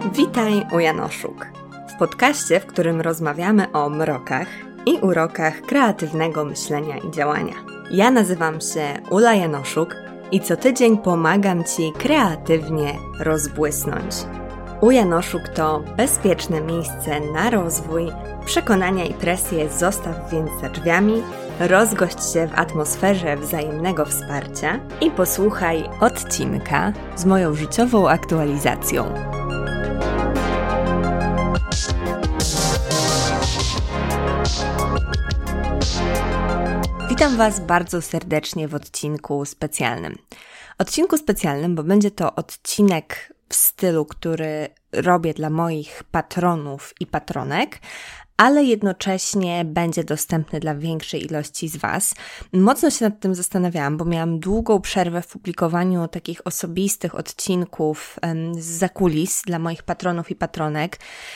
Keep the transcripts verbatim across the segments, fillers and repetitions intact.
Witaj u Janoszuk, w podcaście, w którym rozmawiamy o mrokach i urokach kreatywnego myślenia i działania. Ja nazywam się Ula Janoszuk i co tydzień pomagam Ci kreatywnie rozbłysnąć. U Janoszuk to bezpieczne miejsce na rozwój, przekonania i presję zostaw więc za drzwiami, rozgość się w atmosferze wzajemnego wsparcia i posłuchaj odcinka z moją życiową aktualizacją. Witam Was bardzo serdecznie w odcinku specjalnym. Odcinku specjalnym, bo będzie to odcinek w stylu, który robię dla moich patronów i patronek, ale jednocześnie będzie dostępny dla większej ilości z Was. Mocno się nad tym zastanawiałam, bo miałam długą przerwę w publikowaniu takich osobistych odcinków z zakulis dla moich patronów i patronek,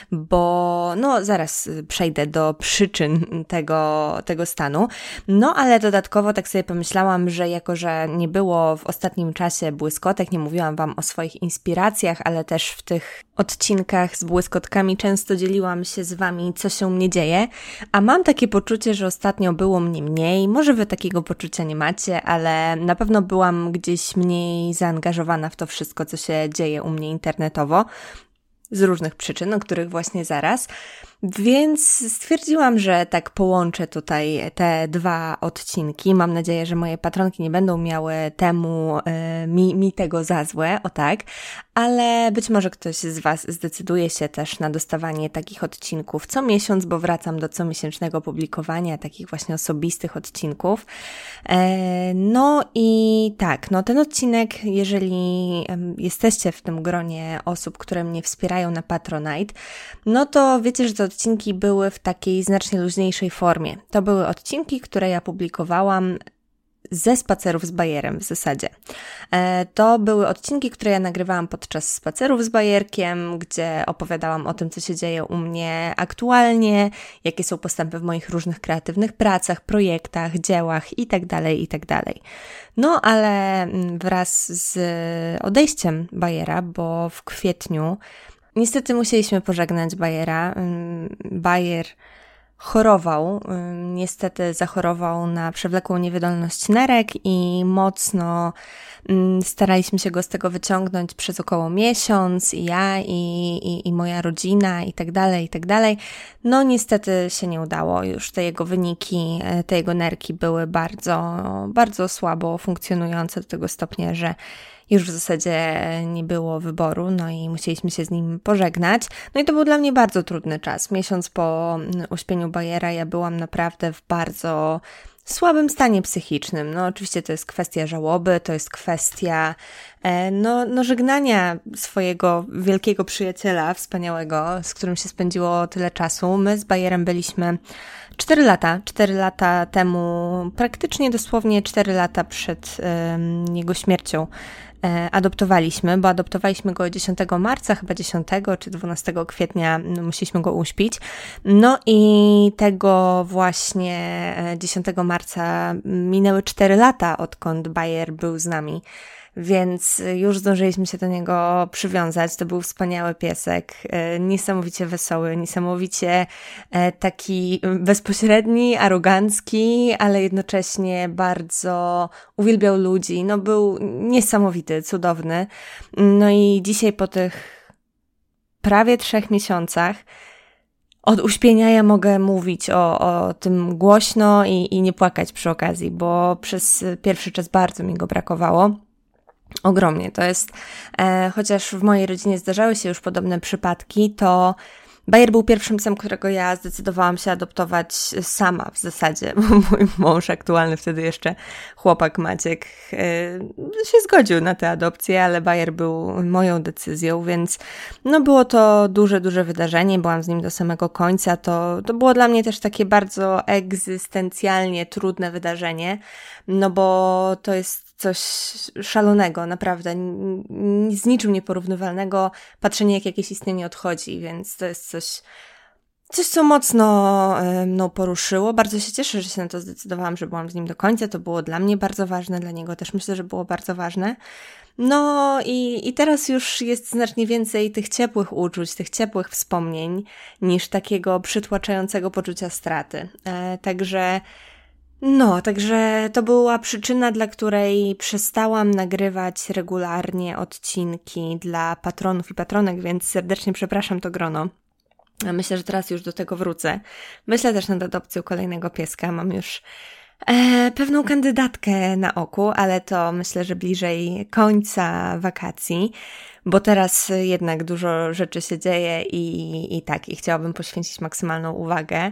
bo no zaraz przejdę do przyczyn tego, tego stanu. No ale dodatkowo tak sobie pomyślałam, że jako, że nie było w ostatnim czasie błyskotek, nie mówiłam Wam o swoich inspiracjach, ale też w tych odcinkach z błyskotkami często dzieliłam się z Wami, co się u mnie dzieje, a mam takie poczucie, że ostatnio było mnie mniej. Może Wy takiego poczucia nie macie, ale na pewno byłam gdzieś mniej zaangażowana w to wszystko, co się dzieje u mnie internetowo, z różnych przyczyn, o których właśnie zaraz. Więc stwierdziłam, że tak połączę tutaj te dwa odcinki. Mam nadzieję, że moje patronki nie będą miały temu y, mi, mi tego za złe, o tak, ale być może ktoś z Was zdecyduje się też na dostawanie takich odcinków co miesiąc, bo wracam do comiesięcznego publikowania takich właśnie osobistych odcinków. E, no i tak, no ten odcinek, jeżeli jesteście w tym gronie osób, które mnie wspierają na Patronite, no to wiecie, że te odcinki były w takiej znacznie luźniejszej formie. To były odcinki, które ja publikowałam ze spacerów z bajerem w zasadzie. E, to były odcinki, które ja nagrywałam podczas spacerów z bajerkiem, gdzie opowiadałam o tym, co się dzieje u mnie aktualnie, jakie są postępy w moich różnych kreatywnych pracach, projektach, dziełach itd., itd. No ale wraz z odejściem bajera, bo w kwietniu niestety musieliśmy pożegnać bajera. Bajer chorował, niestety zachorował na przewlekłą niewydolność nerek i mocno staraliśmy się go z tego wyciągnąć przez około miesiąc, i ja, i, i, i moja rodzina, i tak dalej, i tak dalej. No niestety się nie udało, już te jego wyniki, te jego nerki były bardzo, bardzo słabo funkcjonujące do tego stopnia, że już w zasadzie nie było wyboru, no i musieliśmy się z nim pożegnać. No i to był dla mnie bardzo trudny czas. Miesiąc po uśpieniu bajera ja byłam naprawdę w bardzo słabym stanie psychicznym. No oczywiście to jest kwestia żałoby, to jest kwestia e, no, no żegnania swojego wielkiego przyjaciela, wspaniałego, z którym się spędziło tyle czasu. My z bajerem byliśmy cztery lata, cztery lata temu, praktycznie dosłownie cztery lata przed e, jego śmiercią adoptowaliśmy, bo adoptowaliśmy go dziesiątego marca, chyba dziesiątego czy dwunastego kwietnia no, musieliśmy go uśpić. No i tego właśnie dziesiątego marca minęły cztery lata, odkąd bajer był z nami. Więc już zdążyliśmy się do niego przywiązać. To był wspaniały piesek, niesamowicie wesoły, niesamowicie taki bezpośredni, arogancki, ale jednocześnie bardzo uwielbiał ludzi. No był niesamowity, cudowny. No i dzisiaj po tych prawie trzech miesiącach od uśpienia ja mogę mówić o, o tym głośno i, i nie płakać przy okazji, bo przez pierwszy czas bardzo mi go brakowało. Ogromnie. To jest, e, chociaż w mojej rodzinie zdarzały się już podobne przypadki, to bajer był pierwszym psem, którego ja zdecydowałam się adoptować sama w zasadzie. Mój mąż aktualny, wtedy jeszcze chłopak Maciek, e, się zgodził na tę adopcję, ale bajer był moją decyzją, więc no było to duże, duże wydarzenie. Byłam z nim do samego końca. To, to było dla mnie też takie bardzo egzystencjalnie trudne wydarzenie, no bo to jest coś szalonego, naprawdę, z niczym nieporównywalnego, patrzenie jak jakieś istnienie odchodzi, więc to jest coś Coś, co mocno mną poruszyło. Bardzo się cieszę, że się na to zdecydowałam, że byłam z nim do końca. To było dla mnie bardzo ważne, dla niego też myślę, że było bardzo ważne. No i, i teraz już jest znacznie więcej tych ciepłych uczuć, tych ciepłych wspomnień, niż takiego przytłaczającego poczucia straty. E, także, no, także to była przyczyna, dla której przestałam nagrywać regularnie odcinki dla patronów i patronek, więc serdecznie przepraszam to grono. Myślę, że teraz już do tego wrócę. Myślę też nad adopcją kolejnego pieska. Mam już e, pewną kandydatkę na oku, ale to myślę, że bliżej końca wakacji, bo teraz jednak dużo rzeczy się dzieje i, i tak, i chciałabym poświęcić maksymalną uwagę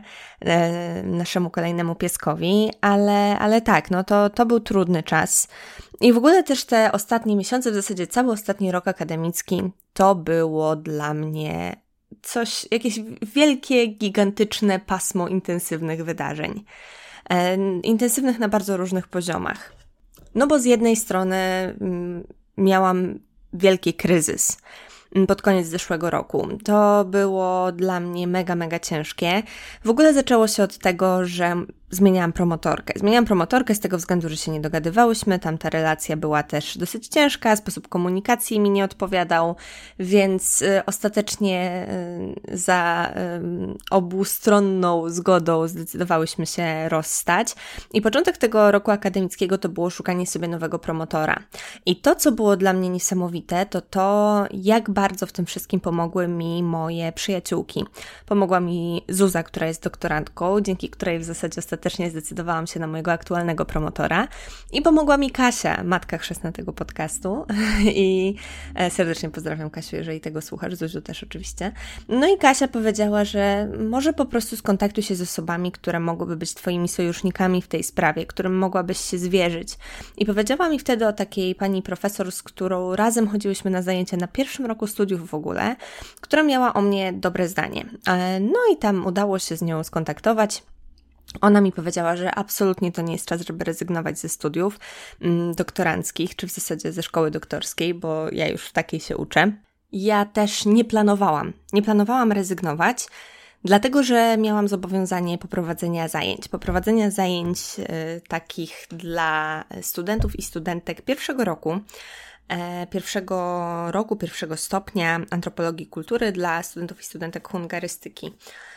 e, naszemu kolejnemu pieskowi, ale, ale tak, no to, to był trudny czas. I w ogóle też te ostatnie miesiące, w zasadzie cały ostatni rok akademicki, to było dla mnie coś, jakieś wielkie, gigantyczne pasmo intensywnych wydarzeń. E, intensywnych na bardzo różnych poziomach. No bo z jednej strony m, miałam wielki kryzys pod koniec zeszłego roku. To było dla mnie mega, mega ciężkie. W ogóle zaczęło się od tego, że zmieniałam promotorkę. Zmieniałam promotorkę z tego względu, że się nie dogadywałyśmy, tam ta relacja była też dosyć ciężka, sposób komunikacji mi nie odpowiadał, więc y, ostatecznie y, za y, obustronną zgodą zdecydowałyśmy się rozstać i początek tego roku akademickiego to było szukanie sobie nowego promotora. I to, co było dla mnie niesamowite, to to, jak bardzo w tym wszystkim pomogły mi moje przyjaciółki. Pomogła mi Zuza, która jest doktorantką, dzięki której w zasadzie ostatecznie Też nie zdecydowałam się na mojego aktualnego promotora i pomogła mi Kasia, matka chrzestna tego podcastu i serdecznie pozdrawiam Kasiu, jeżeli tego słuchasz, Zuziu też oczywiście. No i Kasia powiedziała, że może po prostu skontaktuj się z osobami, które mogłyby być twoimi sojusznikami w tej sprawie, którym mogłabyś się zwierzyć. I powiedziała mi wtedy o takiej pani profesor, z którą razem chodziłyśmy na zajęcia na pierwszym roku studiów w ogóle, która miała o mnie dobre zdanie. No i tam udało się z nią skontaktować. Ona mi powiedziała, że absolutnie to nie jest czas, żeby rezygnować ze studiów mm, doktoranckich, czy w zasadzie ze szkoły doktorskiej, bo ja już w takiej się uczę. Ja też nie planowałam, nie planowałam rezygnować, dlatego że miałam zobowiązanie poprowadzenia zajęć. Poprowadzenia zajęć y, takich dla studentów i studentek pierwszego roku, e, pierwszego roku, pierwszego stopnia antropologii kultury dla studentów i studentek hungarystyki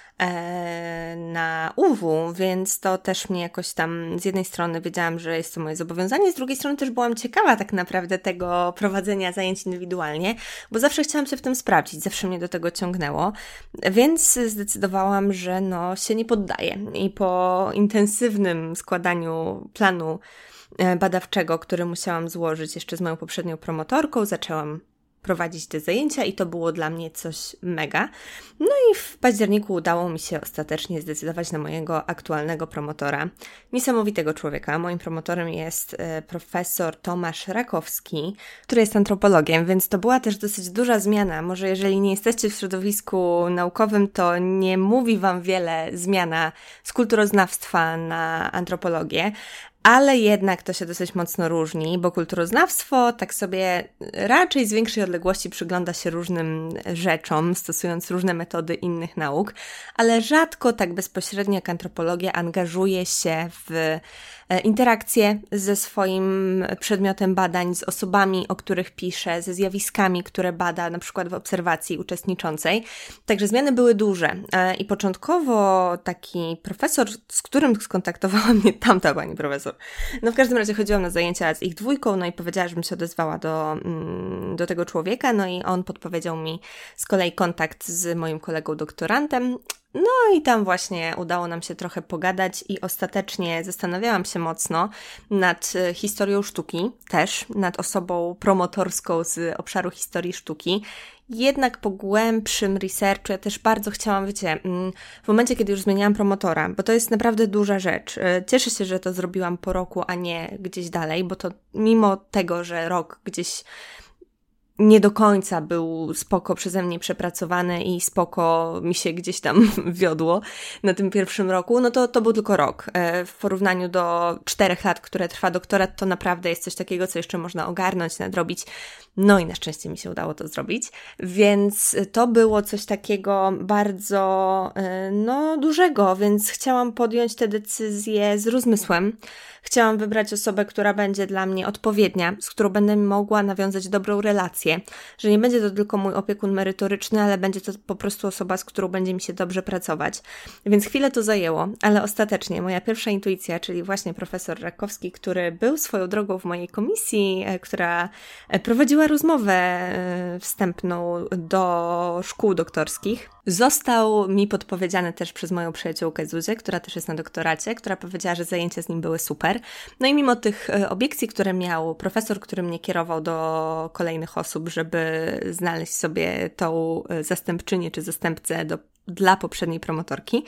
na U W, więc to też mnie jakoś tam z jednej strony wiedziałam, że jest to moje zobowiązanie, z drugiej strony też byłam ciekawa tak naprawdę tego prowadzenia zajęć indywidualnie, bo zawsze chciałam się w tym sprawdzić, zawsze mnie do tego ciągnęło, więc zdecydowałam, że no się nie poddaję i po intensywnym składaniu planu badawczego, który musiałam złożyć jeszcze z moją poprzednią promotorką, zaczęłam prowadzić te zajęcia i to było dla mnie coś mega. No i w październiku udało mi się ostatecznie zdecydować na mojego aktualnego promotora. Niesamowitego człowieka. Moim promotorem jest profesor Tomasz Rakowski, który jest antropologiem, więc to była też dosyć duża zmiana. Może jeżeli nie jesteście w środowisku naukowym, to nie mówi wam wiele zmiana z kulturoznawstwa na antropologię, ale jednak to się dosyć mocno różni, bo kulturoznawstwo tak sobie raczej z większej odległości przygląda się różnym rzeczom, stosując różne metody innych nauk, ale rzadko tak bezpośrednio jak antropologia angażuje się w interakcje ze swoim przedmiotem badań, z osobami, o których pisze, ze zjawiskami, które bada, na przykład w obserwacji uczestniczącej. Także zmiany były duże. I początkowo taki profesor, z którym skontaktowała mnie tamta pani profesor, no w każdym razie chodziłam na zajęcia z ich dwójką, no i powiedziała, żebym się odezwała do, do tego człowieka, no i on podpowiedział mi z kolei kontakt z moim kolegą doktorantem. No i tam właśnie udało nam się trochę pogadać i ostatecznie zastanawiałam się mocno nad historią sztuki, też nad osobą promotorską z obszaru historii sztuki. Jednak po głębszym researchu ja też bardzo chciałam, wiecie, w momencie, kiedy już zmieniałam promotora, bo to jest naprawdę duża rzecz. Cieszę się, że to zrobiłam po roku, a nie gdzieś dalej, bo to mimo tego, że rok gdzieś nie do końca był spoko przeze mnie przepracowany i spoko mi się gdzieś tam wiodło na tym pierwszym roku, no to to był tylko rok. W porównaniu do czterech lat, które trwa doktorat, to naprawdę jest coś takiego, co jeszcze można ogarnąć, nadrobić. No i na szczęście mi się udało to zrobić. Więc to było coś takiego bardzo, no, dużego, więc chciałam podjąć tę decyzję z rozmysłem. Chciałam wybrać osobę, która będzie dla mnie odpowiednia, z którą będę mogła nawiązać dobrą relację, że nie będzie to tylko mój opiekun merytoryczny, ale będzie to po prostu osoba, z którą będzie mi się dobrze pracować. Więc chwilę to zajęło, ale ostatecznie moja pierwsza intuicja, czyli właśnie profesor Rakowski, który był swoją drogą w mojej komisji, która prowadziła rozmowę wstępną do szkół doktorskich, został mi podpowiedziany też przez moją przyjaciółkę Zuzię, która też jest na doktoracie, która powiedziała, że zajęcia z nim były super. No i mimo tych obiekcji, które miał profesor, który mnie kierował do kolejnych osób, żeby znaleźć sobie tą zastępczynię czy zastępcę do, dla poprzedniej promotorki,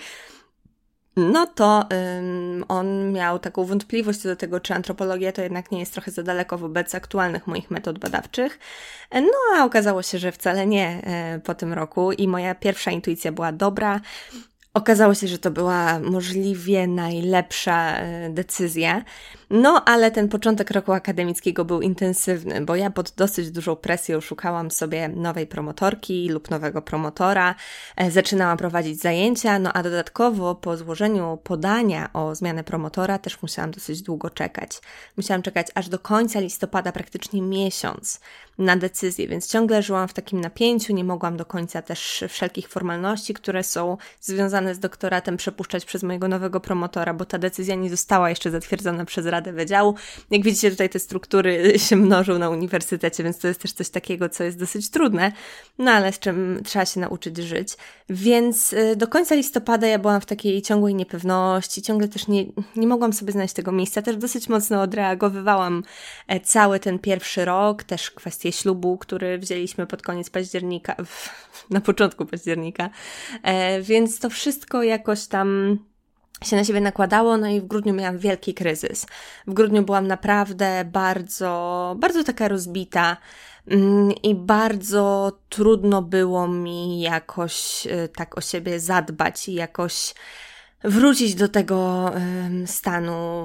no to ym, on miał taką wątpliwość co do tego, czy antropologia to jednak nie jest trochę za daleko wobec aktualnych moich metod badawczych. No a okazało się, że wcale nie y, po tym roku i moja pierwsza intuicja była dobra. Okazało się, że to była możliwie najlepsza decyzja, no ale ten początek roku akademickiego był intensywny, bo ja pod dosyć dużą presją szukałam sobie nowej promotorki lub nowego promotora, zaczynałam prowadzić zajęcia, no a dodatkowo po złożeniu podania o zmianę promotora też musiałam dosyć długo czekać. Musiałam czekać aż do końca listopada, praktycznie miesiąc na decyzję, więc ciągle żyłam w takim napięciu, nie mogłam do końca też wszelkich formalności, które są związane z doktoratem, przepuszczać przez mojego nowego promotora, bo ta decyzja nie została jeszcze zatwierdzona przez Radę Wydziału. Jak widzicie, tutaj te struktury się mnożą na uniwersytecie, więc to jest też coś takiego, co jest dosyć trudne, no ale z czym trzeba się nauczyć żyć. Więc do końca listopada ja byłam w takiej ciągłej niepewności, ciągle też nie, nie mogłam sobie znaleźć tego miejsca, też dosyć mocno odreagowywałam cały ten pierwszy rok, też kwestię ślubu, który wzięliśmy pod koniec października, na początku października, więc to wszystko jakoś tam się na siebie nakładało, no i w grudniu miałam wielki kryzys. W grudniu byłam naprawdę bardzo, bardzo taka rozbita i bardzo trudno było mi jakoś tak o siebie zadbać i jakoś wrócić do tego stanu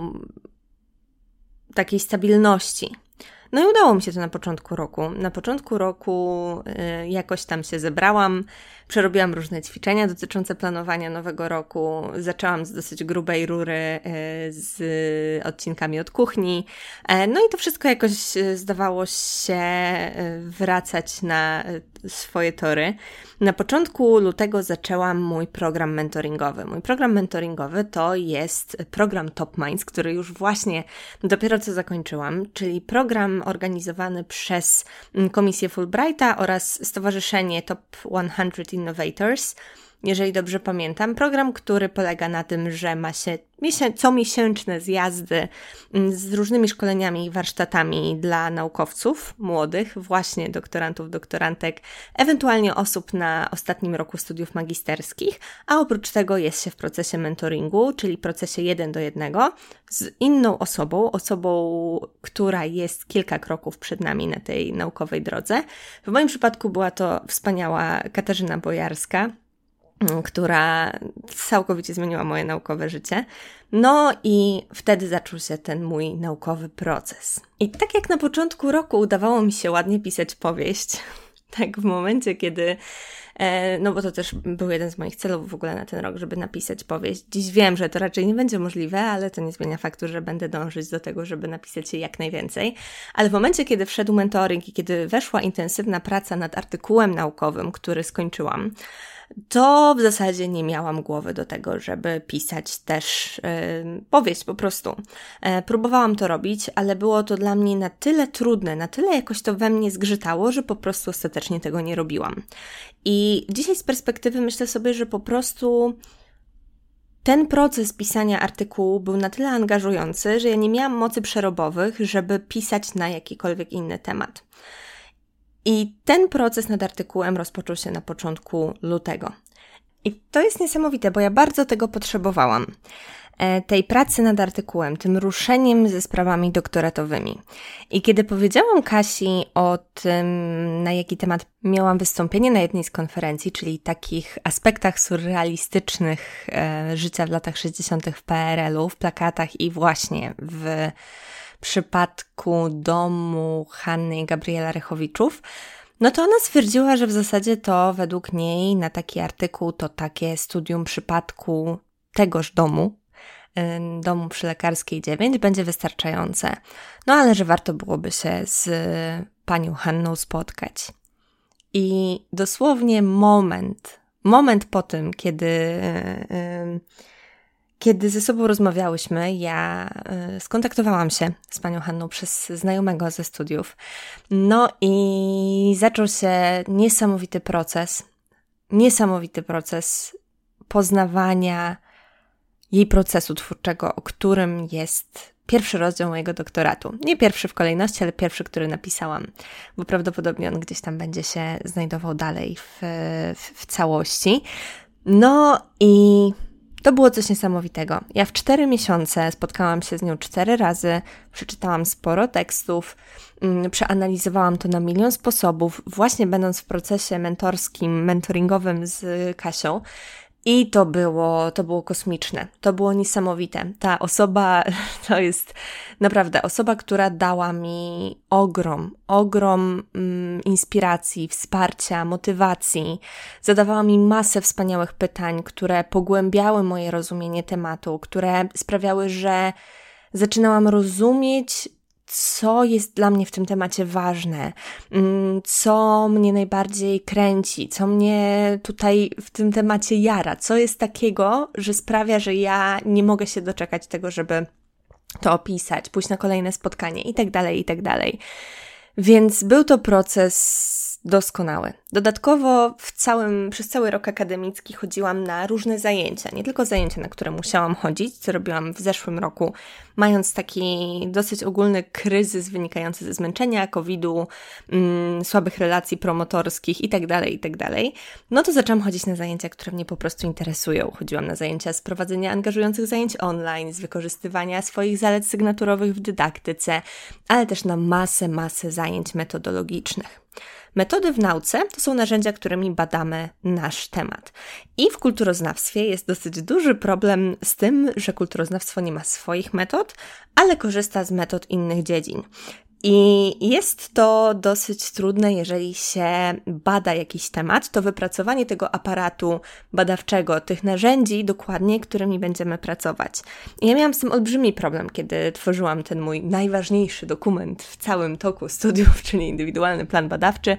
takiej stabilności. No i udało mi się to na początku roku. Na początku roku y, jakoś tam się zebrałam, przerobiłam różne ćwiczenia dotyczące planowania nowego roku. Zaczęłam z dosyć grubej rury y, z odcinkami od kuchni. E, no i to wszystko jakoś y, zdawało się y, wracać na y, swoje tory. Na początku lutego zaczęłam mój program mentoringowy. Mój program mentoringowy to jest program Top Minds, który już właśnie dopiero co zakończyłam, czyli program organizowany przez Komisję Fulbrighta oraz Stowarzyszenie Top sto Innovators. Jeżeli dobrze pamiętam, program, który polega na tym, że ma się miesię- comiesięczne zjazdy z różnymi szkoleniami i warsztatami dla naukowców młodych, właśnie doktorantów, doktorantek, ewentualnie osób na ostatnim roku studiów magisterskich, a oprócz tego jest się w procesie mentoringu, czyli procesie jeden do jednego z inną osobą, osobą, która jest kilka kroków przed nami na tej naukowej drodze. W moim przypadku była to wspaniała Katarzyna Bojarska, która całkowicie zmieniła moje naukowe życie. No i wtedy zaczął się ten mój naukowy proces. I tak jak na początku roku udawało mi się ładnie pisać powieść, tak w momencie, kiedy, e, no bo to też był jeden z moich celów w ogóle na ten rok, żeby napisać powieść. Dziś wiem, że to raczej nie będzie możliwe, ale to nie zmienia faktu, że będę dążyć do tego, żeby napisać jej jak najwięcej. Ale w momencie, kiedy wszedł mentoring i kiedy weszła intensywna praca nad artykułem naukowym, który skończyłam, to w zasadzie nie miałam głowy do tego, żeby pisać też yy, powieść po prostu. E, próbowałam to robić, ale było to dla mnie na tyle trudne, na tyle jakoś to we mnie zgrzytało, że po prostu ostatecznie tego nie robiłam. I dzisiaj z perspektywy myślę sobie, że po prostu ten proces pisania artykułu był na tyle angażujący, że ja nie miałam mocy przerobowych, żeby pisać na jakikolwiek inny temat. I ten proces nad artykułem rozpoczął się na początku lutego. I to jest niesamowite, bo ja bardzo tego potrzebowałam. Tej pracy nad artykułem, tym ruszeniem ze sprawami doktoratowymi. I kiedy powiedziałam Kasi o tym, na jaki temat miałam wystąpienie na jednej z konferencji, czyli takich aspektach surrealistycznych e, życia w latach sześćdziesiątych w P R L u, w plakatach i właśnie w przypadku domu Hanny i Gabriela Rychowiczów, no to ona stwierdziła, że w zasadzie to według niej na taki artykuł to takie studium przypadku tegoż domu, domu przy Lekarskiej dziewięć będzie wystarczające. No ale że warto byłoby się z panią Hanną spotkać. I dosłownie moment, moment po tym, kiedy, kiedy ze sobą rozmawiałyśmy, ja skontaktowałam się z panią Hanną przez znajomego ze studiów. No i zaczął się niesamowity proces, niesamowity proces poznawania jej procesu twórczego, o którym jest pierwszy rozdział mojego doktoratu. Nie pierwszy w kolejności, ale pierwszy, który napisałam, bo prawdopodobnie on gdzieś tam będzie się znajdował dalej w, w, w całości. No i to było coś niesamowitego. Ja w cztery miesiące spotkałam się z nią cztery razy, przeczytałam sporo tekstów, mm, przeanalizowałam to na milion sposobów, właśnie będąc w procesie mentorskim, mentoringowym z Kasią. I to było, to było kosmiczne, to było niesamowite. Ta osoba to jest naprawdę osoba, która dała mi ogrom, ogrom mm, inspiracji, wsparcia, motywacji. Zadawała mi masę wspaniałych pytań, które pogłębiały moje rozumienie tematu, które sprawiały, że zaczynałam rozumieć, co jest dla mnie w tym temacie ważne, co mnie najbardziej kręci, co mnie tutaj w tym temacie jara, co jest takiego, że sprawia, że ja nie mogę się doczekać tego, żeby to opisać, pójść na kolejne spotkanie i tak dalej, i tak dalej. Więc był to proces doskonały. Dodatkowo w całym, przez cały rok akademicki chodziłam na różne zajęcia. Nie tylko zajęcia, na które musiałam chodzić, co robiłam w zeszłym roku, mając taki dosyć ogólny kryzys wynikający ze zmęczenia, kowida, mm, słabych relacji promotorskich i tak dalej, i tak dalej. No to zaczęłam chodzić na zajęcia, które mnie po prostu interesują. Chodziłam na zajęcia z prowadzenia angażujących zajęć online, z wykorzystywania swoich zalet sygnaturowych w dydaktyce, ale też na masę, masę zajęć metodologicznych. Metody w nauce to są narzędzia, którymi badamy nasz temat. I w kulturoznawstwie jest dosyć duży problem z tym, że kulturoznawstwo nie ma swoich metod, ale korzysta z metod innych dziedzin. I jest to dosyć trudne, jeżeli się bada jakiś temat, to wypracowanie tego aparatu badawczego, tych narzędzi dokładnie, którymi będziemy pracować. I ja miałam z tym olbrzymi problem, kiedy tworzyłam ten mój najważniejszy dokument w całym toku studiów, czyli indywidualny plan badawczy.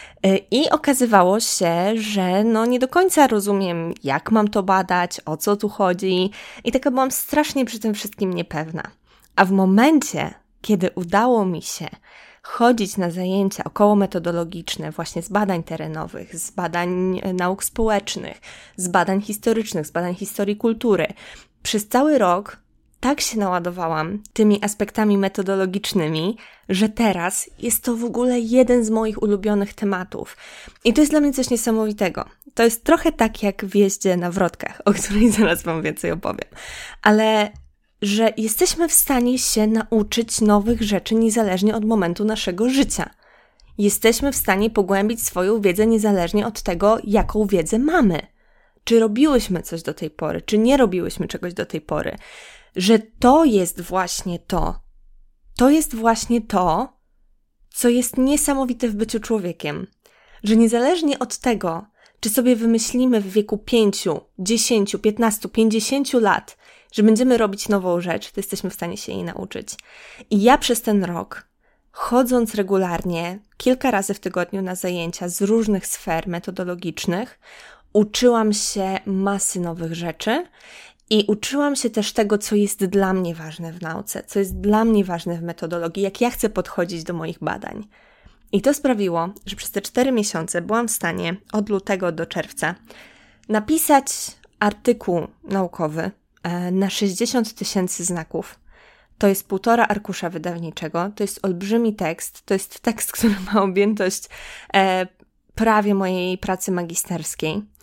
I okazywało się, że no nie do końca rozumiem, jak mam to badać, o co tu chodzi i taka byłam strasznie przy tym wszystkim niepewna. A w momencie, kiedy udało mi się chodzić na zajęcia okołometodologiczne właśnie z badań terenowych, z badań nauk społecznych, z badań historycznych, z badań historii kultury, przez cały rok tak się naładowałam tymi aspektami metodologicznymi, że teraz jest to w ogóle jeden z moich ulubionych tematów. I to jest dla mnie coś niesamowitego. To jest trochę tak jak w jeździe na wrotkach, o której zaraz Wam więcej opowiem. Ale że jesteśmy w stanie się nauczyć nowych rzeczy niezależnie od momentu naszego życia. Jesteśmy w stanie pogłębić swoją wiedzę niezależnie od tego, jaką wiedzę mamy. Czy robiłyśmy coś do tej pory, czy nie robiłyśmy czegoś do tej pory. Że to jest właśnie to. To jest właśnie to, co jest niesamowite w byciu człowiekiem. Że niezależnie od tego, czy sobie wymyślimy w wieku pięciu, dziesięciu, piętnastu, pięćdziesięciu lat, że będziemy robić nową rzecz, to jesteśmy w stanie się jej nauczyć. I ja przez ten rok, chodząc regularnie, kilka razy w tygodniu na zajęcia z różnych sfer metodologicznych, uczyłam się masy nowych rzeczy i uczyłam się też tego, co jest dla mnie ważne w nauce, co jest dla mnie ważne w metodologii, jak ja chcę podchodzić do moich badań. I to sprawiło, że przez te cztery miesiące byłam w stanie od lutego do czerwca napisać artykuł naukowy na sześćdziesiąt tysięcy znaków. To jest półtora arkusza wydawniczego, to jest olbrzymi tekst, to jest tekst, który ma objętość e, prawie mojej pracy magisterskiej.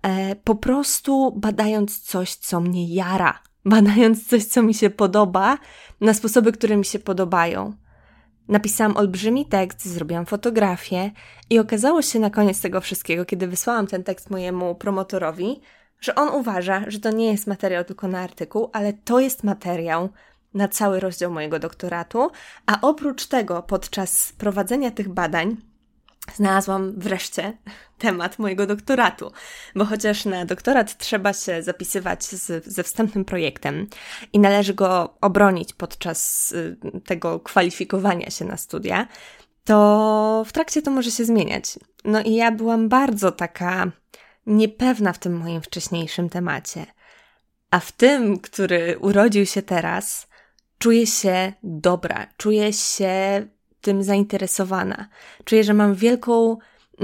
e, po prostu badając coś, co mnie jara, badając coś, co mi się podoba, na sposoby, które mi się podobają. Napisałam olbrzymi tekst, zrobiłam fotografię i okazało się na koniec tego wszystkiego, kiedy wysłałam ten tekst mojemu promotorowi, że on uważa, że to nie jest materiał tylko na artykuł, ale to jest materiał na cały rozdział mojego doktoratu, a oprócz tego podczas prowadzenia tych badań znalazłam wreszcie temat mojego doktoratu, bo chociaż na doktorat trzeba się zapisywać z, ze wstępnym projektem i należy go obronić podczas y, tego kwalifikowania się na studia, to w trakcie to może się zmieniać. No i ja byłam bardzo taka niepewna w tym moim wcześniejszym temacie, a w tym, który urodził się teraz, czuję się dobra, czuję się tym zainteresowana. Czuję, że mam wielką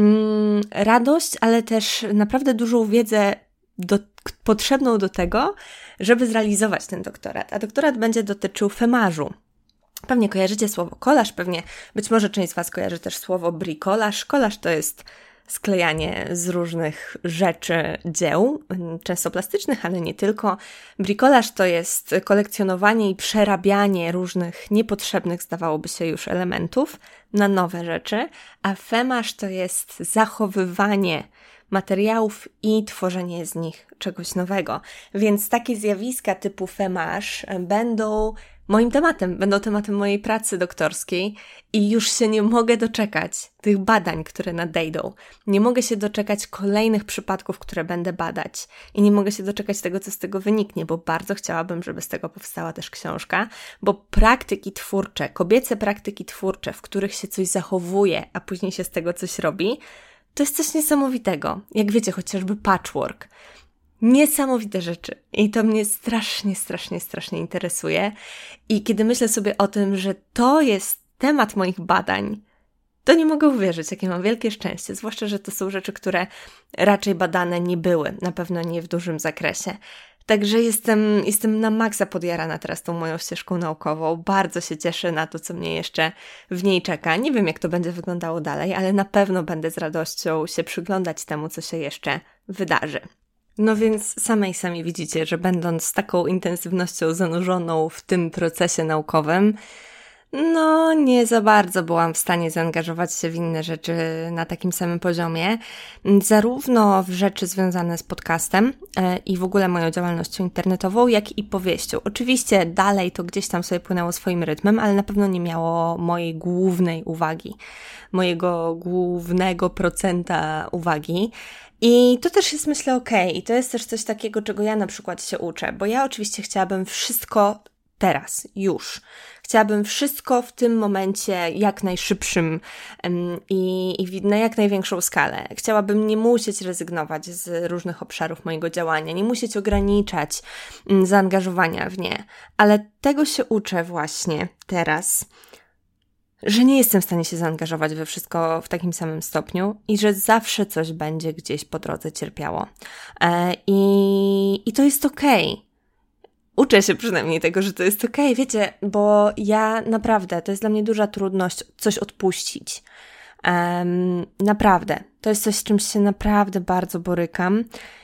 mm, radość, ale też naprawdę dużą wiedzę do, potrzebną do tego, żeby zrealizować ten doktorat. A doktorat będzie dotyczył femażu. Pewnie kojarzycie słowo kolaż, pewnie być może część z Was kojarzy też słowo bricolaż. Kolaż to jest sklejanie z różnych rzeczy, dzieł, często plastycznych, ale nie tylko. Bricolaż to jest kolekcjonowanie i przerabianie różnych niepotrzebnych, zdawałoby się już, elementów na nowe rzeczy, a femaż to jest zachowywanie materiałów i tworzenie z nich czegoś nowego. Więc takie zjawiska typu femaż będą moim tematem, będą tematem mojej pracy doktorskiej i już się nie mogę doczekać tych badań, które nadejdą. Nie mogę się doczekać kolejnych przypadków, które będę badać i nie mogę się doczekać tego, co z tego wyniknie, bo bardzo chciałabym, żeby z tego powstała też książka, bo praktyki twórcze, kobiece praktyki twórcze, w których się coś zachowuje, a później się z tego coś robi, to jest coś niesamowitego. Jak wiecie, chociażby patchwork. Niesamowite rzeczy. I to mnie strasznie, strasznie, strasznie interesuje. I kiedy myślę sobie o tym, że to jest temat moich badań, to nie mogę uwierzyć, jakie mam wielkie szczęście. Zwłaszcza, że to są rzeczy, które raczej badane nie były. Na pewno nie w dużym zakresie. Także jestem, jestem na maksa podjarana teraz tą moją ścieżką naukową. Bardzo się cieszę na to, co mnie jeszcze w niej czeka. Nie wiem, jak to będzie wyglądało dalej, ale na pewno będę z radością się przyglądać temu, co się jeszcze wydarzy. No więc samej sami widzicie, że będąc z taką intensywnością zanurzoną w tym procesie naukowym, no nie za bardzo byłam w stanie zaangażować się w inne rzeczy na takim samym poziomie, zarówno w rzeczy związane z podcastem e, i w ogóle moją działalnością internetową, jak i powieścią. Oczywiście dalej to gdzieś tam sobie płynęło swoim rytmem, ale na pewno nie miało mojej głównej uwagi, mojego głównego procenta uwagi. I to też jest, myślę, okej. I to jest też coś takiego, czego ja na przykład się uczę, bo ja oczywiście chciałabym wszystko teraz, już. Chciałabym wszystko w tym momencie jak najszybszym um, i, i na jak największą skalę. Chciałabym nie musieć rezygnować z różnych obszarów mojego działania, nie musieć ograniczać um, zaangażowania w nie. Ale tego się uczę właśnie teraz, że nie jestem w stanie się zaangażować we wszystko w takim samym stopniu i że zawsze coś będzie gdzieś po drodze cierpiało. E, i, I to jest okej. Uczę się przynajmniej tego, że to jest okej, wiecie, bo ja naprawdę, to jest dla mnie duża trudność coś odpuścić. Um, naprawdę. To jest coś, z czym się naprawdę bardzo borykam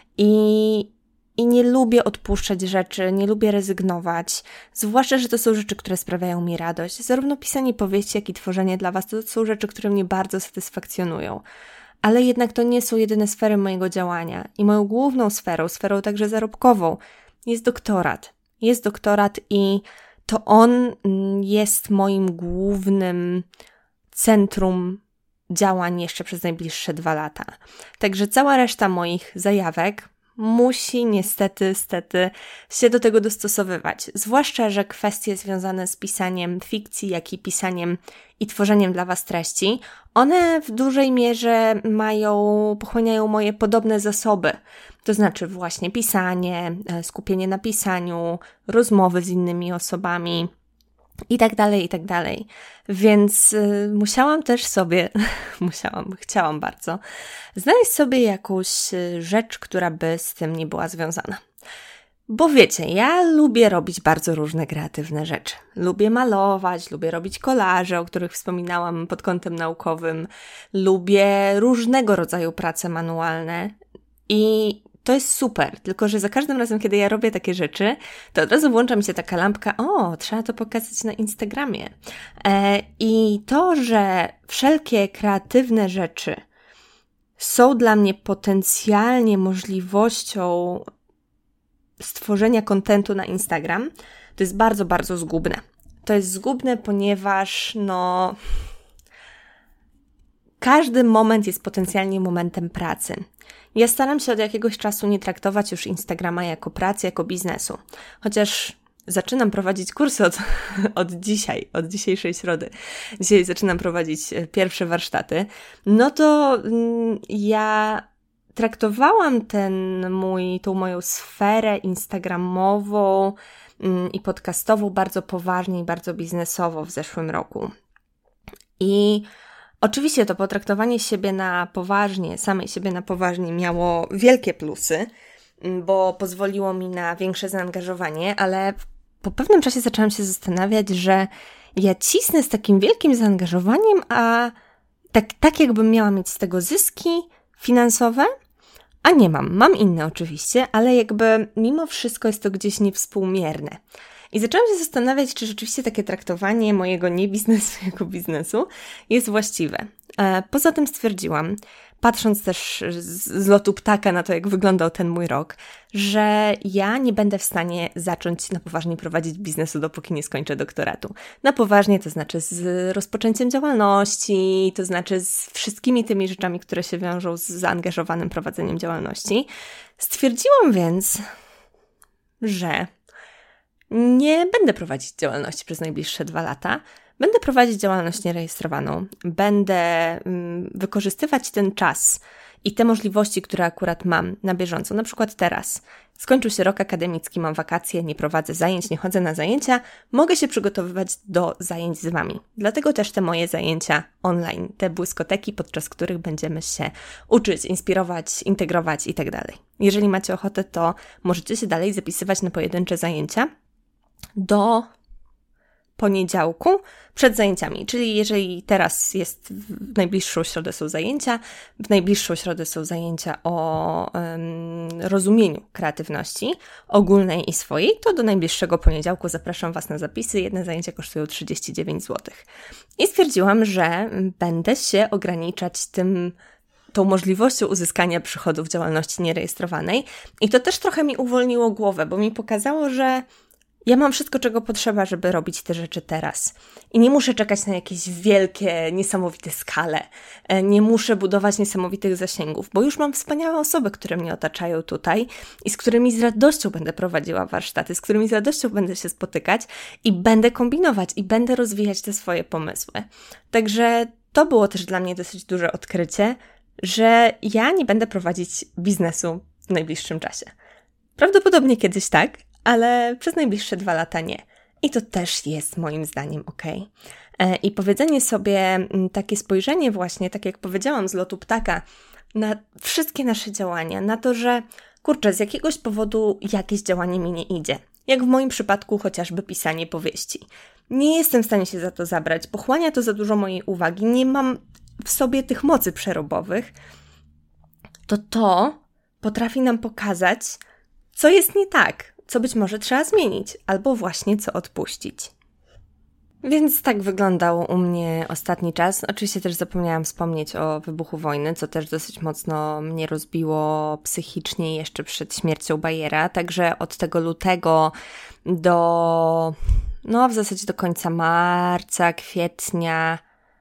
i I nie lubię odpuszczać rzeczy, nie lubię rezygnować, zwłaszcza, że to są rzeczy, które sprawiają mi radość. Zarówno pisanie powieści, jak i tworzenie dla Was to są rzeczy, które mnie bardzo satysfakcjonują. Ale jednak to nie są jedyne sfery mojego działania. I moją główną sferą, sferą także zarobkową, jest doktorat. Jest doktorat i to on jest moim głównym centrum działań jeszcze przez najbliższe dwa lata. Także cała reszta moich zajawek musi niestety, stety się do tego dostosowywać. Zwłaszcza, że kwestie związane z pisaniem fikcji, jak i pisaniem i tworzeniem dla Was treści, one w dużej mierze mają, pochłaniają moje podobne zasoby. To znaczy właśnie pisanie, skupienie na pisaniu, rozmowy z innymi osobami i tak dalej, i tak dalej. Więc y, musiałam też sobie, musiałam, chciałam bardzo, znaleźć sobie jakąś rzecz, która by z tym nie była związana. Bo wiecie, ja lubię robić bardzo różne kreatywne rzeczy. Lubię malować, lubię robić kolaże, o których wspominałam pod kątem naukowym. Lubię różnego rodzaju prace manualne. I to jest super, tylko że za każdym razem, kiedy ja robię takie rzeczy, to od razu włącza mi się taka lampka, o, trzeba to pokazać na Instagramie. E, I to, że wszelkie kreatywne rzeczy są dla mnie potencjalnie możliwością stworzenia kontentu na Instagram, to jest bardzo, bardzo zgubne. To jest zgubne, ponieważ no każdy moment jest potencjalnie momentem pracy. Ja staram się od jakiegoś czasu nie traktować już Instagrama jako pracy, jako biznesu. Chociaż zaczynam prowadzić kursy od, od dzisiaj, od dzisiejszej środy. Dzisiaj zaczynam prowadzić pierwsze warsztaty. No to mm, ja traktowałam ten mój, tą moją sferę instagramową mm, i podcastową bardzo poważnie i bardzo biznesowo w zeszłym roku. I oczywiście to potraktowanie siebie na poważnie, samej siebie na poważnie miało wielkie plusy, bo pozwoliło mi na większe zaangażowanie, ale po pewnym czasie zaczęłam się zastanawiać, że ja cisnę z takim wielkim zaangażowaniem, a tak, tak jakbym miała mieć z tego zyski finansowe, a nie mam. Mam inne oczywiście, ale jakby mimo wszystko jest to gdzieś niewspółmierne. I zaczęłam się zastanawiać, czy rzeczywiście takie traktowanie mojego nie-biznesu jako biznesu jest właściwe. Poza tym stwierdziłam, patrząc też z lotu ptaka na to, jak wyglądał ten mój rok, że ja nie będę w stanie zacząć na poważnie prowadzić biznesu, dopóki nie skończę doktoratu. Na poważnie to znaczy z rozpoczęciem działalności, to znaczy z wszystkimi tymi rzeczami, które się wiążą z zaangażowanym prowadzeniem działalności. Stwierdziłam więc, że nie będę prowadzić działalności przez najbliższe dwa lata. Będę prowadzić działalność nierejestrowaną. Będę mm, wykorzystywać ten czas i te możliwości, które akurat mam na bieżąco. Na przykład teraz. Skończył się rok akademicki, mam wakacje, nie prowadzę zajęć, nie chodzę na zajęcia. Mogę się przygotowywać do zajęć z Wami. Dlatego też te moje zajęcia online, te błyskoteki, podczas których będziemy się uczyć, inspirować, integrować i tak dalej. Jeżeli macie ochotę, to możecie się dalej zapisywać na pojedyncze zajęcia do poniedziałku przed zajęciami, czyli jeżeli teraz jest, w najbliższą środę są zajęcia, w najbliższą środę są zajęcia o um, rozumieniu kreatywności ogólnej i swojej, to do najbliższego poniedziałku zapraszam Was na zapisy. Jedne zajęcia kosztują trzydzieści dziewięć złotych. I stwierdziłam, że będę się ograniczać tym tą możliwością uzyskania przychodów w działalności nierejestrowanej i to też trochę mi uwolniło głowę, bo mi pokazało, że ja mam wszystko, czego potrzeba, żeby robić te rzeczy teraz. I nie muszę czekać na jakieś wielkie, niesamowite skale. Nie muszę budować niesamowitych zasięgów, bo już mam wspaniałe osoby, które mnie otaczają tutaj i z którymi z radością będę prowadziła warsztaty, z którymi z radością będę się spotykać i będę kombinować i będę rozwijać te swoje pomysły. Także to było też dla mnie dosyć duże odkrycie, że ja nie będę prowadzić biznesu w najbliższym czasie. Prawdopodobnie kiedyś tak, ale przez najbliższe dwa lata nie. I to też jest moim zdaniem okej. Okay. I powiedzenie sobie, takie spojrzenie właśnie, tak jak powiedziałam z lotu ptaka, na wszystkie nasze działania, na to, że kurczę, z jakiegoś powodu jakieś działanie mi nie idzie. Jak w moim przypadku chociażby pisanie powieści. Nie jestem w stanie się za to zabrać, pochłania to za dużo mojej uwagi, nie mam w sobie tych mocy przerobowych, to to potrafi nam pokazać, co jest nie tak, co być może trzeba zmienić, albo właśnie co odpuścić. Więc tak wyglądał u mnie ostatni czas. Oczywiście też zapomniałam wspomnieć o wybuchu wojny, co też dosyć mocno mnie rozbiło psychicznie jeszcze przed śmiercią Bayera. Także od tego lutego do, no w zasadzie do końca marca, kwietnia,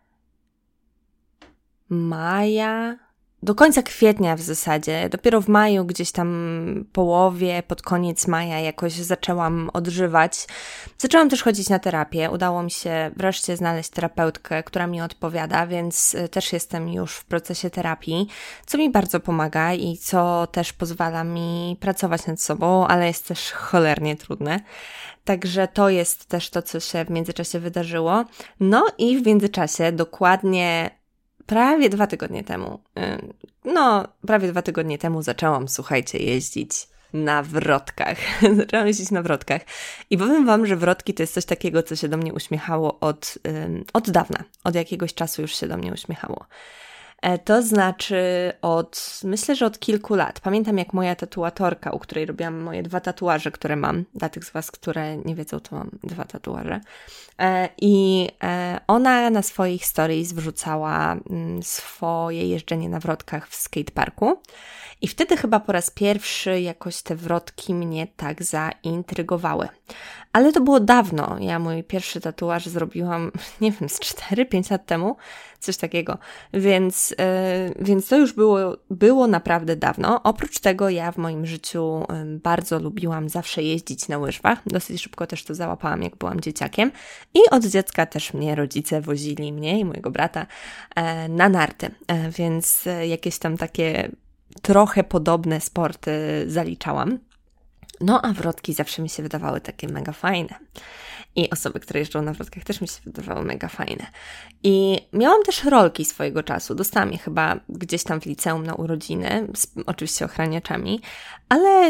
maja... Do końca kwietnia w zasadzie, dopiero w maju, gdzieś tam połowie, pod koniec maja jakoś zaczęłam odżywać. Zaczęłam też chodzić na terapię. Udało mi się wreszcie znaleźć terapeutkę, która mi odpowiada, więc też jestem już w procesie terapii, co mi bardzo pomaga i co też pozwala mi pracować nad sobą, ale jest też cholernie trudne. Także to jest też to, co się w międzyczasie wydarzyło. No i w międzyczasie dokładnie prawie dwa tygodnie temu, no prawie dwa tygodnie temu zaczęłam, słuchajcie, jeździć na wrotkach. Zaczęłam jeździć na wrotkach i powiem Wam, że wrotki to jest coś takiego, co się do mnie uśmiechało od, od dawna, od jakiegoś czasu już się do mnie uśmiechało. To znaczy od, myślę, że od kilku lat. Pamiętam, jak moja tatuatorka, u której robiłam moje dwa tatuaże, które mam, dla tych z Was, które nie wiedzą, to mam dwa tatuaże. I ona na swoich stories wrzucała swoje jeżdżenie na wrotkach w skateparku. I wtedy chyba po raz pierwszy jakoś te wrotki mnie tak zaintrygowały. Ale to było dawno. Ja mój pierwszy tatuaż zrobiłam, nie wiem, z cztery pięć lat temu. Coś takiego. Więc, yy, więc to już było, było naprawdę dawno. Oprócz tego ja w moim życiu yy, bardzo lubiłam zawsze jeździć na łyżwach. Dosyć szybko też to załapałam, jak byłam dzieciakiem. I od dziecka też mnie rodzice wozili, mnie i mojego brata, yy, na narty. Yy, więc yy, jakieś tam takie trochę podobne sporty zaliczałam. No a wrotki zawsze mi się wydawały takie mega fajne. I osoby, które jeżdżą na wrotkach, też mi się wydawały mega fajne. I miałam też rolki swojego czasu. Dostałam je chyba gdzieś tam w liceum na urodziny, z oczywiście ochraniaczami, ale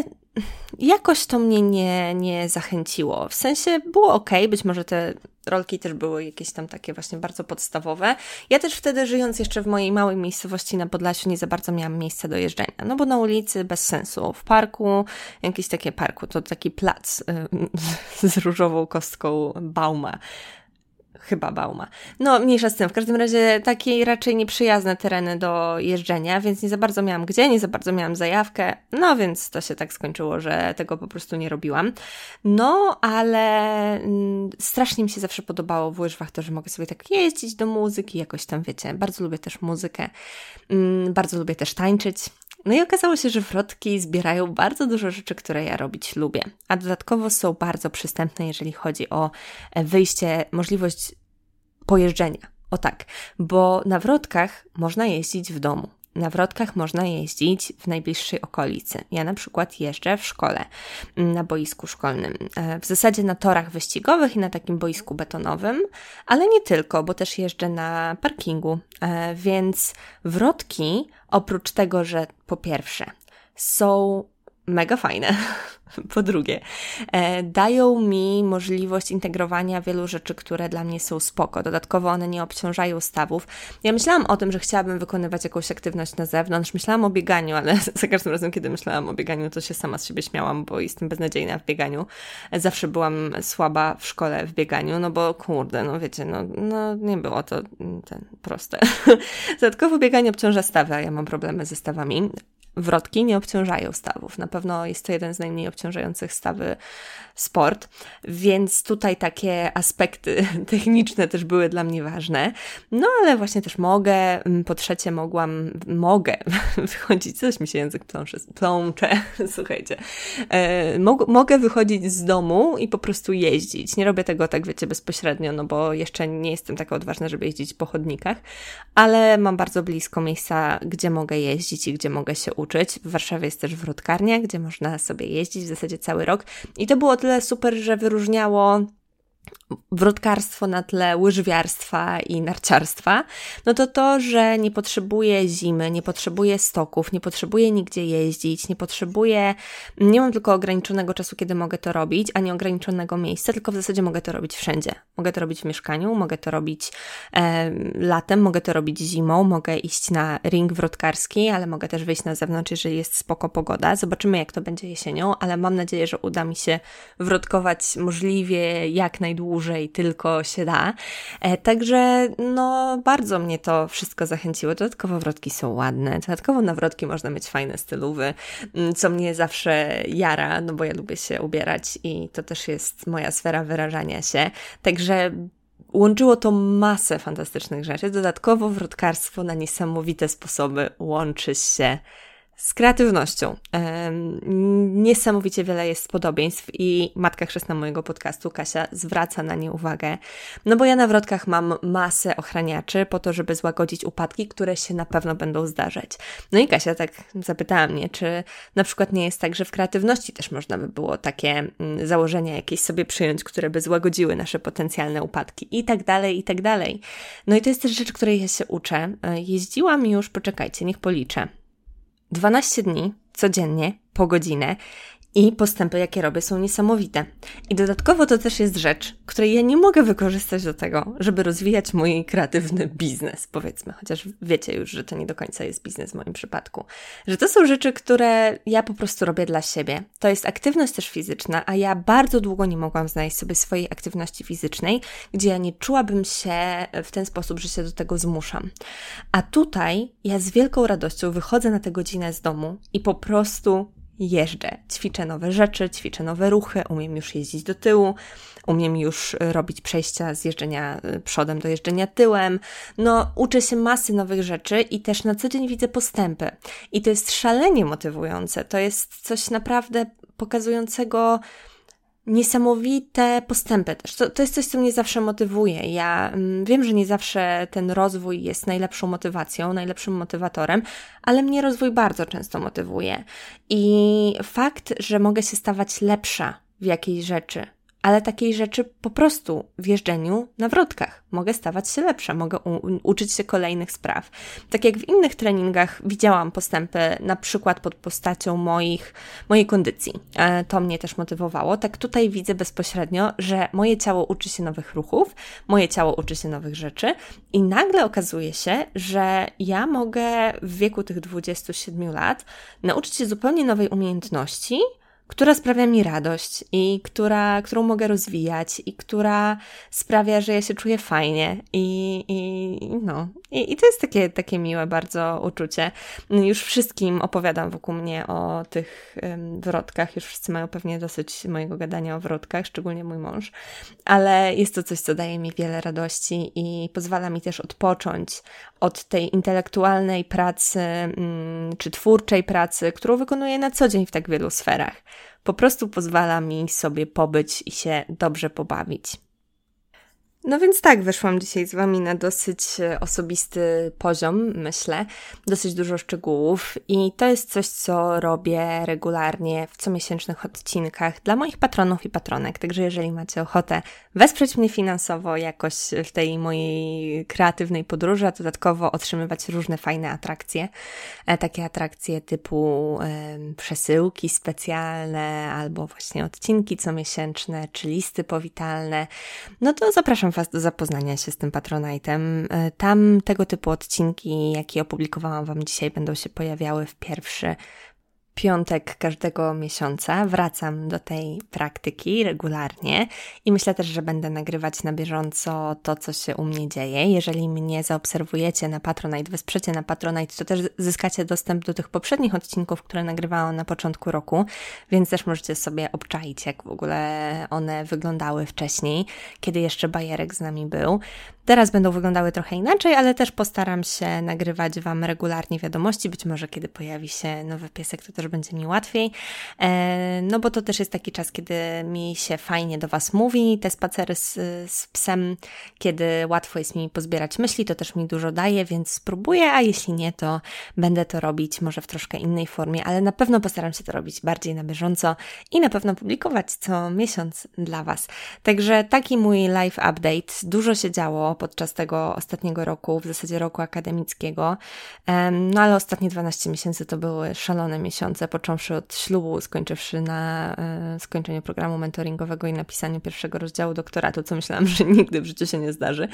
jakoś to mnie nie, nie zachęciło. W sensie było okej, być może te rolki też były jakieś tam takie właśnie bardzo podstawowe. Ja też wtedy, żyjąc jeszcze w mojej małej miejscowości na Podlasiu, nie za bardzo miałam miejsca do jeżdżenia. No bo na ulicy bez sensu. W parku, jakieś takie parku, to taki plac yy, z różową kostką Bauma. Chyba Bauma. No, mniejsza z tym. W każdym razie takie raczej nieprzyjazne tereny do jeżdżenia, więc nie za bardzo miałam gdzie, nie za bardzo miałam zajawkę. No, więc to się tak skończyło, że tego po prostu nie robiłam. No, ale mm, strasznie mi się zawsze podobało w łyżwach to, że mogę sobie tak jeździć do muzyki, jakoś tam, wiecie, bardzo lubię też muzykę, mm, bardzo lubię też tańczyć. No i okazało się, że wrotki zbierają bardzo dużo rzeczy, które ja robić lubię, a dodatkowo są bardzo przystępne, jeżeli chodzi o wyjście, możliwość pojeżdżenia. O tak, bo na wrotkach można jeździć w domu. Na wrotkach można jeździć w najbliższej okolicy. Ja na przykład jeżdżę w szkole, na boisku szkolnym. W zasadzie na torach wyścigowych i na takim boisku betonowym, ale nie tylko, bo też jeżdżę na parkingu. Więc wrotki, oprócz tego, że po pierwsze są mega fajne, po drugie, e, dają mi możliwość integrowania wielu rzeczy, które dla mnie są spoko. Dodatkowo one nie obciążają stawów. Ja myślałam o tym, że chciałabym wykonywać jakąś aktywność na zewnątrz. Myślałam o bieganiu, ale za każdym razem, kiedy myślałam o bieganiu, to się sama z siebie śmiałam, bo jestem beznadziejna w bieganiu. Zawsze byłam słaba w szkole w bieganiu, no bo kurde, no wiecie, no, no nie było to ten proste. Dodatkowo bieganie obciąża stawy, a ja mam problemy ze stawami. Wrotki nie obciążają stawów. Na pewno jest to jeden z najmniej obciążających stawy sport, więc tutaj takie aspekty techniczne też były dla mnie ważne. No ale właśnie też mogę, po trzecie mogłam, mogę wychodzić, coś mi się język plącze, plącze, słuchajcie, e, mog, mogę wychodzić z domu i po prostu jeździć. Nie robię tego tak, wiecie, bezpośrednio, no bo jeszcze nie jestem taka odważna, żeby jeździć po chodnikach, ale mam bardzo blisko miejsca, gdzie mogę jeździć i gdzie mogę się uczyć. W Warszawie jest też wrotkarnia, gdzie można sobie jeździć w zasadzie cały rok i to było tyle super, że wyróżniało wrotkarstwo na tle łyżwiarstwa i narciarstwa, no to to, że nie potrzebuję zimy, nie potrzebuję stoków, nie potrzebuję nigdzie jeździć, nie potrzebuję, nie mam tylko ograniczonego czasu, kiedy mogę to robić, a nie ograniczonego miejsca, tylko w zasadzie mogę to robić wszędzie. Mogę to robić w mieszkaniu, mogę to robić e, latem, mogę to robić zimą, mogę iść na ring wrotkarski, ale mogę też wyjść na zewnątrz, jeżeli jest spoko pogoda. Zobaczymy, jak to będzie jesienią, ale mam nadzieję, że uda mi się wrotkować możliwie jak najdłużej tylko się da. E, także no bardzo mnie to wszystko zachęciło. Dodatkowo wrotki są ładne. Dodatkowo na wrotki można mieć fajne stylówy, co mnie zawsze jara, no bo ja lubię się ubierać i to też jest moja sfera wyrażania się. Także łączyło to masę fantastycznych rzeczy. Dodatkowo wrotkarstwo na niesamowite sposoby łączy się z kreatywnością. Um, niesamowicie wiele jest podobieństw i matka chrzestna mojego podcastu, Kasia, zwraca na nie uwagę. No bo ja na wrotkach mam masę ochraniaczy po to, żeby złagodzić upadki, które się na pewno będą zdarzać. No i Kasia tak zapytała mnie, czy na przykład nie jest tak, że w kreatywności też można by było takie mm, założenia jakieś sobie przyjąć, które by złagodziły nasze potencjalne upadki i tak dalej, i tak dalej. No i to jest też rzecz, której ja się uczę. Jeździłam już, poczekajcie, niech policzę. dwanaście dni codziennie po godzinę I postępy, jakie robię, są niesamowite. I dodatkowo to też jest rzecz, której ja nie mogę wykorzystać do tego, żeby rozwijać mój kreatywny biznes, powiedzmy. Chociaż wiecie już, że to nie do końca jest biznes w moim przypadku. Że to są rzeczy, które ja po prostu robię dla siebie. To jest aktywność też fizyczna, a ja bardzo długo nie mogłam znaleźć sobie swojej aktywności fizycznej, gdzie ja nie czułabym się w ten sposób, że się do tego zmuszam. A tutaj ja z wielką radością wychodzę na tę godzinę z domu i po prostu jeżdżę, ćwiczę nowe rzeczy, ćwiczę nowe ruchy, umiem już jeździć do tyłu, umiem już robić przejścia z jeżdżenia przodem do jeżdżenia tyłem. No, uczę się masy nowych rzeczy i też na co dzień widzę postępy. I to jest szalenie motywujące. To jest coś naprawdę pokazującego niesamowite postępy też. To, to jest coś, co mnie zawsze motywuje. Ja mm, wiem, że nie zawsze ten rozwój jest najlepszą motywacją, najlepszym motywatorem, ale mnie rozwój bardzo często motywuje. I fakt, że mogę się stawać lepsza w jakiejś rzeczy, ale takiej rzeczy po prostu w jeżdżeniu na wrotkach. Mogę stawać się lepsza, mogę u- uczyć się kolejnych spraw. Tak jak w innych treningach widziałam postępy, na przykład pod postacią moich, mojej kondycji. E, to mnie też motywowało. Tak tutaj widzę bezpośrednio, że moje ciało uczy się nowych ruchów, moje ciało uczy się nowych rzeczy i nagle okazuje się, że ja mogę w wieku tych dwudziestu siedmiu lat nauczyć się zupełnie nowej umiejętności, która sprawia mi radość i która, którą mogę rozwijać i która sprawia, że ja się czuję fajnie i, i no, i, i to jest takie, takie miłe bardzo uczucie. Już wszystkim opowiadam wokół mnie o tych um, wrotkach, już wszyscy mają pewnie dosyć mojego gadania o wrotkach, szczególnie mój mąż, ale jest to coś, co daje mi wiele radości i pozwala mi też odpocząć od tej intelektualnej pracy um, czy twórczej pracy, którą wykonuję na co dzień w tak wielu sferach. Po prostu pozwala mi sobie pobyć i się dobrze pobawić. No więc tak, wyszłam dzisiaj z Wami na dosyć osobisty poziom, myślę, dosyć dużo szczegółów i to jest coś, co robię regularnie w comiesięcznych odcinkach dla moich patronów i patronek, także jeżeli macie ochotę wesprzeć mnie finansowo jakoś w tej mojej kreatywnej podróży, a dodatkowo otrzymywać różne fajne atrakcje, takie atrakcje typu e, przesyłki specjalne albo właśnie odcinki comiesięczne czy listy powitalne, no to zapraszam Was do zapoznania się z tym Patronite'em. Tam tego typu odcinki, jakie opublikowałam Wam dzisiaj, będą się pojawiały w pierwszy piątek każdego miesiąca. Wracam do tej praktyki regularnie i myślę też, że będę nagrywać na bieżąco to, co się u mnie dzieje. Jeżeli mnie zaobserwujecie na Patronite, wesprzecie na Patronite, to też zyskacie dostęp do tych poprzednich odcinków, które nagrywałam na początku roku, więc też możecie sobie obczaić, jak w ogóle one wyglądały wcześniej, kiedy jeszcze Bajerek z nami był. Teraz będą wyglądały trochę inaczej, ale też postaram się nagrywać Wam regularnie wiadomości. Być może kiedy pojawi się nowy piesek, to też będzie mi łatwiej. E, no bo to też jest taki czas, kiedy mi się fajnie do Was mówi. Te spacery z, z psem, kiedy łatwo jest mi pozbierać myśli, to też mi dużo daje, więc spróbuję, a jeśli nie, to będę to robić może w troszkę innej formie, ale na pewno postaram się to robić bardziej na bieżąco i na pewno publikować co miesiąc dla Was. Także taki mój live update. Dużo się działo podczas tego ostatniego roku, w zasadzie roku akademickiego. No ale ostatnie dwanaście miesięcy to były szalone miesiące, począwszy od ślubu, skończywszy na e, skończeniu programu mentoringowego i napisaniu pierwszego rozdziału doktoratu, co myślałam, że nigdy w życiu się nie zdarzy.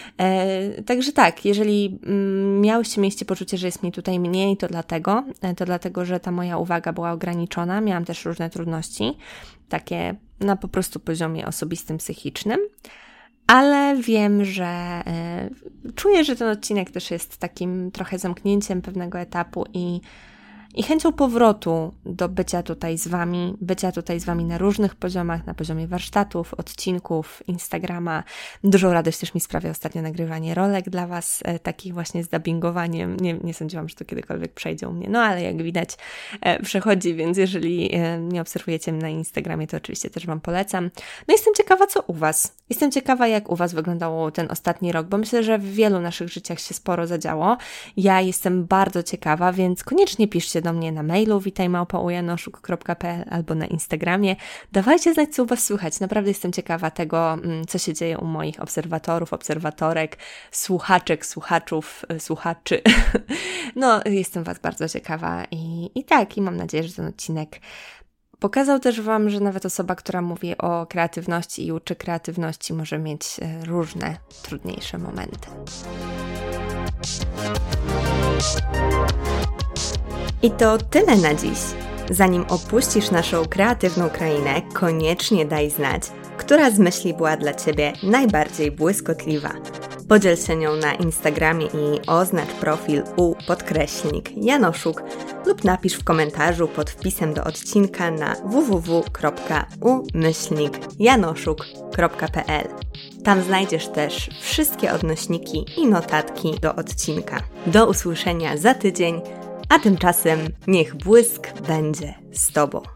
E, także tak, jeżeli mm, miałyście, mieliście poczucie, że jest mi tutaj mniej, to dlatego, e, to dlatego, że ta moja uwaga była ograniczona. Miałam też różne trudności, takie na po prostu poziomie osobistym, psychicznym. Ale wiem, że y, czuję, że ten odcinek też jest takim trochę zamknięciem pewnego etapu i, i chęcią powrotu do bycia tutaj z Wami, bycia tutaj z Wami na różnych poziomach, na poziomie warsztatów, odcinków, Instagrama. Dużą radość też mi sprawia ostatnio nagrywanie rolek dla Was, e, takich właśnie z dubbingowaniem. Nie, nie sądziłam, że to kiedykolwiek przejdzie u mnie, no ale jak widać e, przechodzi, więc jeżeli e, nie obserwujecie mnie na Instagramie, to oczywiście też Wam polecam. No jestem ciekawa, co u Was. Jestem ciekawa, jak u Was wyglądał ten ostatni rok, bo myślę, że w wielu naszych życiach się sporo zadziało. Ja jestem bardzo ciekawa, więc koniecznie piszcie do mnie na mailu witaj małpa u janoszuk kropka pe el albo na Instagramie. Dawajcie znać, co u Was słychać. Naprawdę jestem ciekawa tego, co się dzieje u moich obserwatorów, obserwatorek, słuchaczek, słuchaczów, słuchaczy. No, jestem Was bardzo ciekawa i, i tak, i mam nadzieję, że ten odcinek Pokazał też Wam, że nawet osoba, która mówi o kreatywności i uczy kreatywności, może mieć różne, trudniejsze momenty. I to tyle na dziś. Zanim opuścisz naszą kreatywną krainę, koniecznie daj znać, która z myśli była dla Ciebie najbardziej błyskotliwa. Podziel się nią na Instagramie i oznacz profil u podkreślnik Janoszuk lub napisz w komentarzu pod wpisem do odcinka na w w w kropka u myślnik janoszuk kropka p l. Tam znajdziesz też wszystkie odnośniki i notatki do odcinka. Do usłyszenia za tydzień, a tymczasem niech błysk będzie z Tobą.